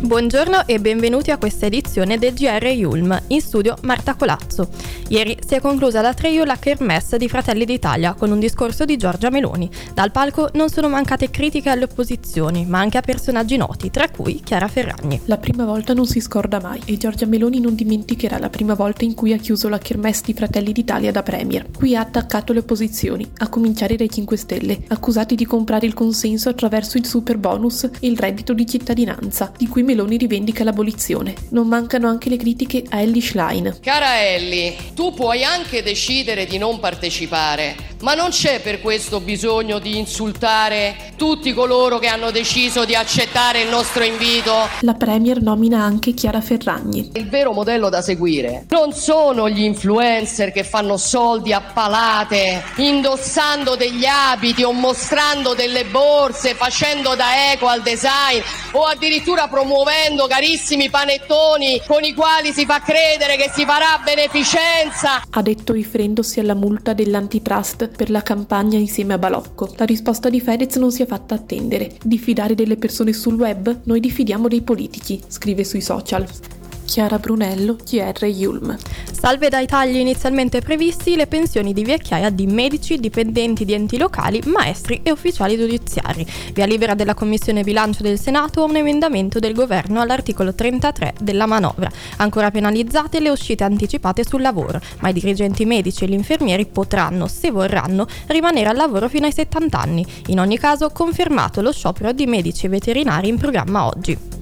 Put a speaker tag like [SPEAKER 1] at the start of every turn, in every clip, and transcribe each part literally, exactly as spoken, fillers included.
[SPEAKER 1] Buongiorno e benvenuti a questa edizione del G R Yulm, in studio Marta Colazzo. Ieri si è conclusa da Treio la Kermesse di Fratelli d'Italia con un discorso di Giorgia Meloni. Dal palco non sono mancate critiche alle opposizioni, ma anche a personaggi noti, tra cui Chiara Ferragni.
[SPEAKER 2] La prima volta non si scorda mai e Giorgia Meloni non dimenticherà la prima volta in cui ha chiuso la Kermesse di Fratelli d'Italia da premier. Qui ha attaccato le opposizioni, a cominciare dai cinque Stelle, accusati di comprare il consenso attraverso il super bonus e il reddito di cittadinanza, di cui Meloni rivendica l'abolizione. Non mancano anche le critiche a Elly Schlein.
[SPEAKER 3] Cara Elly, tu puoi anche decidere di non partecipare, ma non c'è per questo bisogno di insultare tutti coloro che hanno deciso di accettare il nostro invito.
[SPEAKER 2] La premier nomina anche Chiara Ferragni.
[SPEAKER 3] Il vero modello da seguire non sono gli influencer che fanno soldi a palate, indossando degli abiti o mostrando delle borse, facendo da eco al design o addirittura promuovendo carissimi panettoni con i quali si fa credere che si farà beneficenza.
[SPEAKER 2] Ha detto riferendosi alla multa dell'antitrust per la campagna insieme a Balocco. La risposta di Fedez non si è fatta attendere. Diffidare delle persone sul web? Noi diffidiamo dei politici, scrive sui social. Chiara Brunello, G R Yulm.
[SPEAKER 1] Salve dai tagli inizialmente previsti le pensioni di vecchiaia di medici, dipendenti di enti locali, maestri e ufficiali giudiziari. Via libera della Commissione Bilancio del Senato a un emendamento del governo all'articolo trentatré della manovra. Ancora penalizzate le uscite anticipate sul lavoro, ma i dirigenti medici e gli infermieri potranno, se vorranno, rimanere al lavoro fino ai settanta anni. In ogni caso, confermato lo sciopero di medici e veterinari in programma oggi.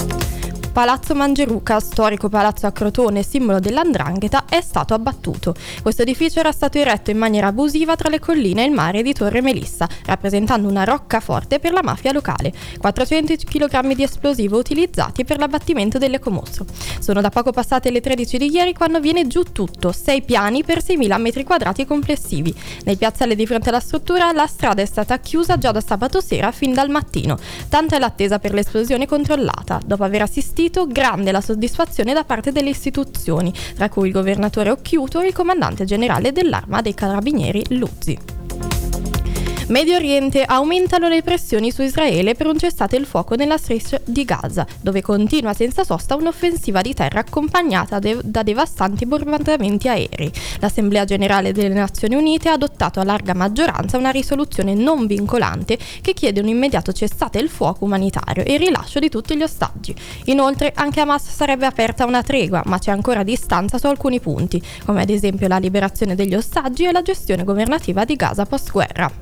[SPEAKER 1] Palazzo Mangeruca, storico palazzo a Crotone, simbolo dell'andrangheta, è stato abbattuto. Questo edificio era stato eretto in maniera abusiva tra le colline e il mare di Torre Melissa, rappresentando una roccaforte per la mafia locale. quattrocento chilogrammi di esplosivo utilizzati per l'abbattimento dell'ecomostro. Sono da poco passate le tredici di ieri quando viene giù tutto, sei piani per seimila metri quadrati complessivi. Nel piazzale di fronte alla struttura la strada è stata chiusa già da sabato sera fin dal mattino. Tanta è l'attesa per l'esplosione controllata. Dopo aver assistito, grande la soddisfazione da parte delle istituzioni, tra cui il governatore Occhiuto e il comandante generale dell'Arma dei Carabinieri Luzzi. Medio Oriente, aumentano le pressioni su Israele per un cessate il fuoco nella striscia di Gaza, dove continua senza sosta un'offensiva di terra accompagnata de- da devastanti bombardamenti aerei. L'Assemblea Generale delle Nazioni Unite ha adottato a larga maggioranza una risoluzione non vincolante che chiede un immediato cessate il fuoco umanitario e il rilascio di tutti gli ostaggi. Inoltre anche Hamas sarebbe aperta una tregua, ma c'è ancora distanza su alcuni punti, come ad esempio la liberazione degli ostaggi e la gestione governativa di Gaza post-guerra.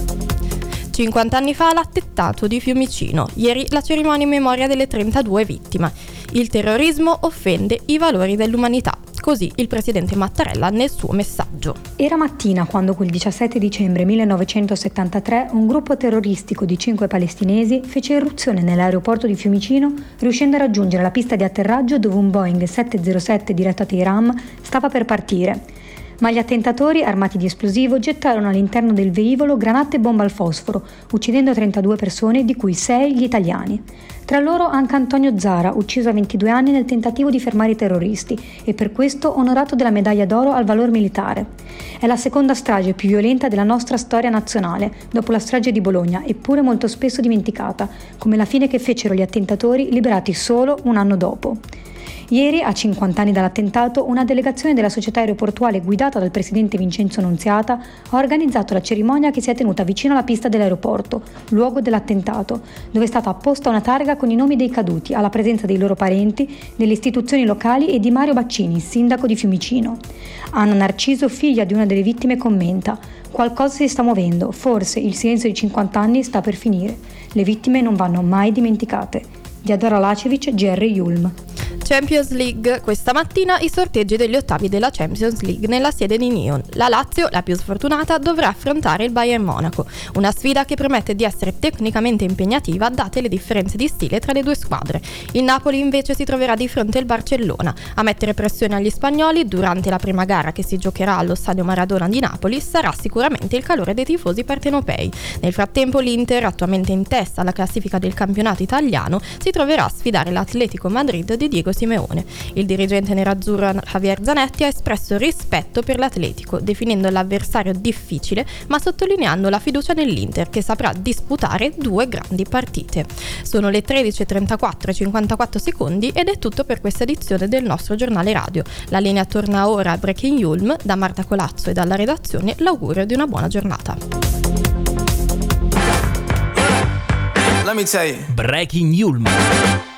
[SPEAKER 1] cinquanta anni fa l'attentato di Fiumicino, ieri la cerimonia in memoria delle trentadue vittime. Il terrorismo offende i valori dell'umanità, così il presidente Mattarella nel suo messaggio.
[SPEAKER 4] Era mattina quando quel diciassette dicembre millenovecentosettantatré un gruppo terroristico di cinque palestinesi fece irruzione nell'aeroporto di Fiumicino, riuscendo a raggiungere la pista di atterraggio dove un Boeing setecentosette diretto a Teheran stava per partire. Ma gli attentatori, armati di esplosivo, gettarono all'interno del velivolo granate e bombe al fosforo, uccidendo trentadue persone, di cui sei gli italiani. Tra loro anche Antonio Zara, ucciso a ventidue anni nel tentativo di fermare i terroristi e per questo onorato della medaglia d'oro al valor militare. È la seconda strage più violenta della nostra storia nazionale, dopo la strage di Bologna, eppure molto spesso dimenticata, come la fine che fecero gli attentatori liberati solo un anno dopo. Ieri, a cinquanta anni dall'attentato, una delegazione della società aeroportuale guidata dal presidente Vincenzo Nunziata ha organizzato la cerimonia che si è tenuta vicino alla pista dell'aeroporto, luogo dell'attentato, dove è stata apposta una targa con i nomi dei caduti, alla presenza dei loro parenti, delle istituzioni locali e di Mario Baccini, sindaco di Fiumicino. Anna Narciso, figlia di una delle vittime, commenta: «Qualcosa si sta muovendo, forse il silenzio di cinquanta anni sta per finire. Le vittime non vanno mai dimenticate». Diadora Lacevic, G R Yulm.
[SPEAKER 1] Champions League. Questa mattina i sorteggi degli ottavi della Champions League nella sede di Nyon. La Lazio, la più sfortunata, dovrà affrontare il Bayern Monaco, una sfida che promette di essere tecnicamente impegnativa date le differenze di stile tra le due squadre. Il Napoli invece si troverà di fronte al Barcellona. A mettere pressione agli spagnoli durante la prima gara che si giocherà allo stadio Maradona di Napoli sarà sicuramente il calore dei tifosi partenopei. Nel frattempo l'Inter, attualmente in testa alla classifica del campionato italiano, si troverà a sfidare l'Atletico Madrid di Diego Diego Simeone. Il dirigente nerazzurro Javier Zanetti ha espresso rispetto per l'Atletico, definendo l'avversario difficile, ma sottolineando la fiducia nell'Inter, che saprà disputare due grandi partite. Sono le tredici e trentaquattro e cinquantaquattro secondi ed è tutto per questa edizione del nostro giornale radio. La linea torna ora a Breaking Yulm. Da Marta Colazzo e dalla redazione l'augurio di una buona giornata.
[SPEAKER 5] Let me tell you. Breaking Yulm.